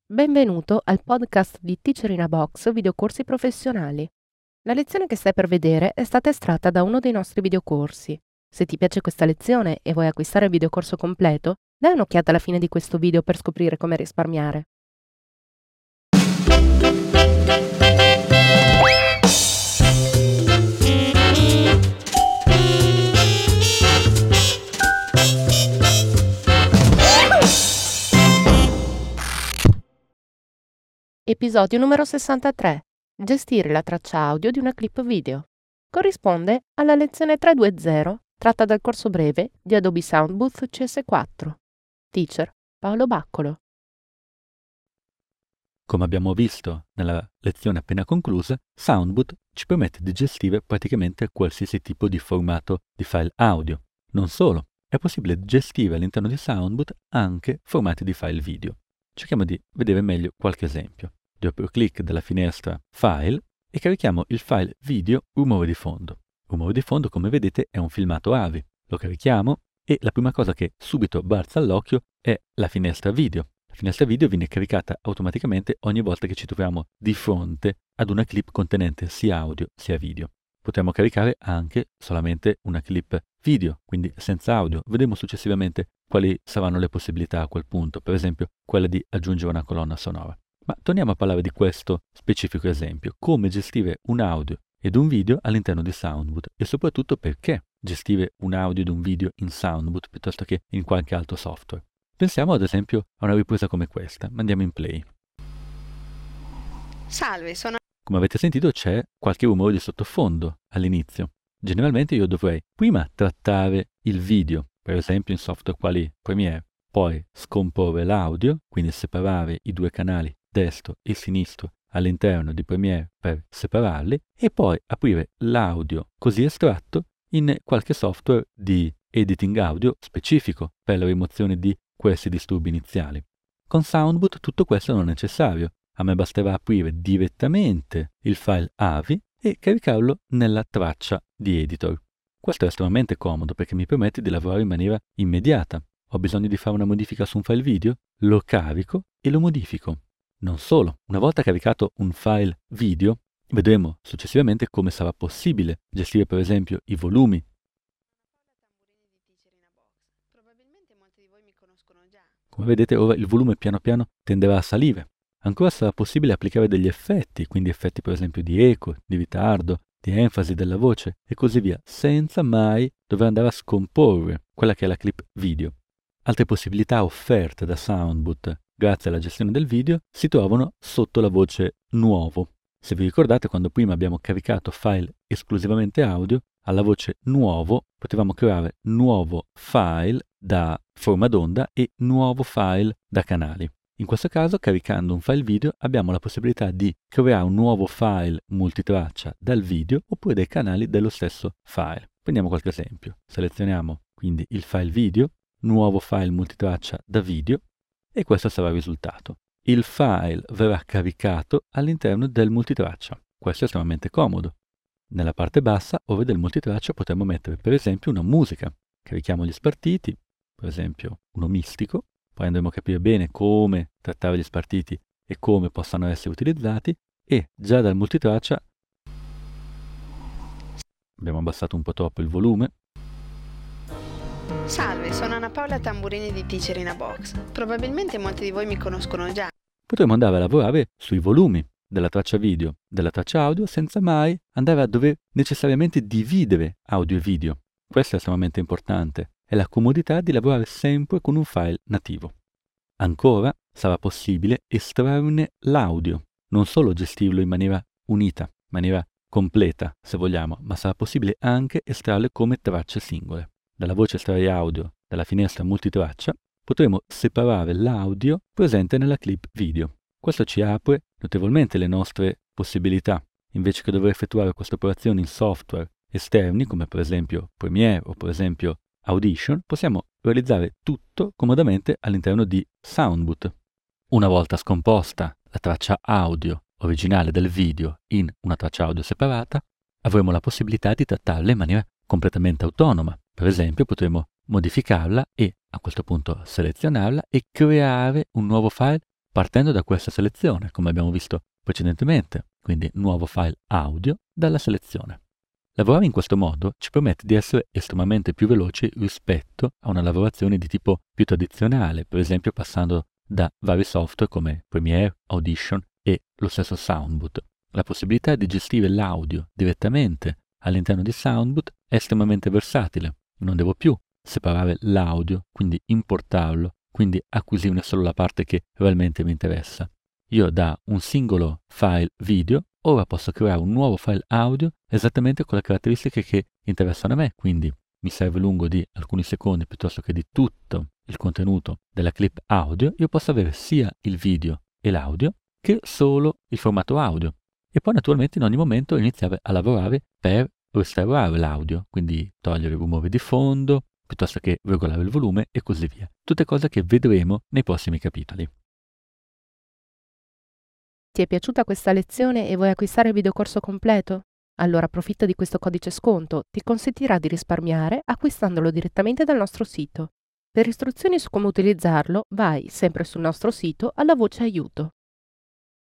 Benvenuto al podcast di Teacher in a Box videocorsi professionali. La lezione che stai per vedere è stata estratta da uno dei nostri videocorsi. Se ti piace questa lezione e vuoi acquistare il videocorso completo, dai un'occhiata alla fine di questo video per scoprire come risparmiare. Episodio numero 63. Gestire la traccia audio di una clip video. Corrisponde alla lezione 320 tratta dal corso breve di Adobe Soundbooth CS4. Teacher Paolo Baccolo. Come abbiamo visto nella lezione appena conclusa, Soundbooth ci permette di gestire praticamente qualsiasi tipo di formato di file audio. Non solo, è possibile gestire all'interno di Soundbooth anche formati di file video. Cerchiamo di vedere meglio qualche esempio. Doppio clic dalla finestra File e carichiamo il file video rumore di fondo. Rumore di fondo, come vedete, è un filmato AVI. Lo carichiamo e la prima cosa che subito balza all'occhio è la finestra video. La finestra video viene caricata automaticamente ogni volta che ci troviamo di fronte ad una clip contenente sia audio sia video. Potremmo caricare anche solamente una clip video, quindi senza audio. Vedremo successivamente quali saranno le possibilità a quel punto, per esempio quella di aggiungere una colonna sonora. Ma torniamo a parlare di questo specifico esempio, come gestire un audio ed un video all'interno di Soundbooth e soprattutto perché gestire un audio ed un video in Soundbooth piuttosto che in qualche altro software. Pensiamo ad esempio a una ripresa come questa, mandiamo in play. Salve, sono... Come avete sentito c'è qualche rumore di sottofondo all'inizio. Generalmente io dovrei prima trattare il video, per esempio in software quali Premiere, poi scomporre l'audio, quindi separare i due canali destro e sinistro all'interno di Premiere per separarli e poi aprire l'audio così estratto in qualche software di editing audio specifico per la rimozione di questi disturbi iniziali. Con Soundbooth tutto questo non è necessario. A me basterà aprire direttamente il file AVI e caricarlo nella traccia di editor. Questo è estremamente comodo perché mi permette di lavorare in maniera immediata. Ho bisogno di fare una modifica su un file video, lo carico e lo modifico. Non solo, una volta caricato un file video, vedremo successivamente come sarà possibile gestire per esempio i volumi. Come vedete ora il volume piano piano tenderà a salire. Ancora sarà possibile applicare degli effetti, quindi effetti per esempio di eco, di ritardo, di enfasi della voce e così via, senza mai dover andare a scomporre quella che è la clip video. Altre possibilità offerte da Soundbooth grazie alla gestione del video si trovano sotto la voce nuovo. Se vi ricordate, quando prima abbiamo caricato file esclusivamente audio, alla voce nuovo potevamo creare nuovo file da forma d'onda e nuovo file da canali. In questo caso, caricando un file video, abbiamo la possibilità di creare un nuovo file multitraccia dal video oppure dai canali dello stesso file. Prendiamo qualche esempio. Selezioniamo quindi il file video, nuovo file multitraccia da video e questo sarà il risultato. Il file verrà caricato all'interno del multitraccia. Questo è estremamente comodo. Nella parte bassa, ove del multitraccia, potremmo mettere per esempio una musica. Carichiamo gli spartiti, per esempio uno mistico. Poi andremo a capire bene come trattare gli spartiti e come possano essere utilizzati e già dal multitraccia abbiamo abbassato un po' troppo il volume. Salve, sono Anna Paola Tamburini di Teacher in a Box. Probabilmente molti di voi mi conoscono già. Potremo andare a lavorare sui volumi della traccia video, della traccia audio, senza mai andare a dover necessariamente dividere audio e video. Questo è estremamente importante. È la comodità di lavorare sempre con un file nativo. Ancora sarà possibile estrarne l'audio, non solo gestirlo in maniera unita, in maniera completa se vogliamo, ma sarà possibile anche estrarle come tracce singole. Dalla voce estrarre audio, dalla finestra multitraccia, potremo separare l'audio presente nella clip video. Questo ci apre notevolmente le nostre possibilità. Invece che dover effettuare queste operazioni in software esterni, come per esempio Premiere o per esempio Audition, possiamo realizzare tutto comodamente all'interno di Soundbooth. Una volta scomposta la traccia audio originale del video in una traccia audio separata, avremo la possibilità di trattarla in maniera completamente autonoma. Per esempio, potremo modificarla e a questo punto selezionarla e creare un nuovo file partendo da questa selezione, come abbiamo visto precedentemente, quindi nuovo file audio dalla selezione. Lavorare in questo modo ci permette di essere estremamente più veloci rispetto a una lavorazione di tipo più tradizionale, per esempio passando da vari software come Premiere, Audition e lo stesso Soundboot. La possibilità di gestire l'audio direttamente all'interno di Soundboot è estremamente versatile. Non devo più separare l'audio, quindi importarlo, quindi acquisirne solo la parte che realmente mi interessa. Io da un singolo file video ora posso creare un nuovo file audio esattamente con le caratteristiche che interessano a me, quindi mi serve lungo di alcuni secondi piuttosto che di tutto il contenuto della clip audio, io posso avere sia il video e l'audio che solo il formato audio. E poi naturalmente in ogni momento iniziare a lavorare per restaurare l'audio, quindi togliere i rumori di fondo, piuttosto che regolare il volume e così via. Tutte cose che vedremo nei prossimi capitoli. Ti è piaciuta questa lezione e vuoi acquistare il videocorso completo? Allora approfitta di questo codice sconto, ti consentirà di risparmiare acquistandolo direttamente dal nostro sito. Per istruzioni su come utilizzarlo, vai sempre sul nostro sito alla voce aiuto.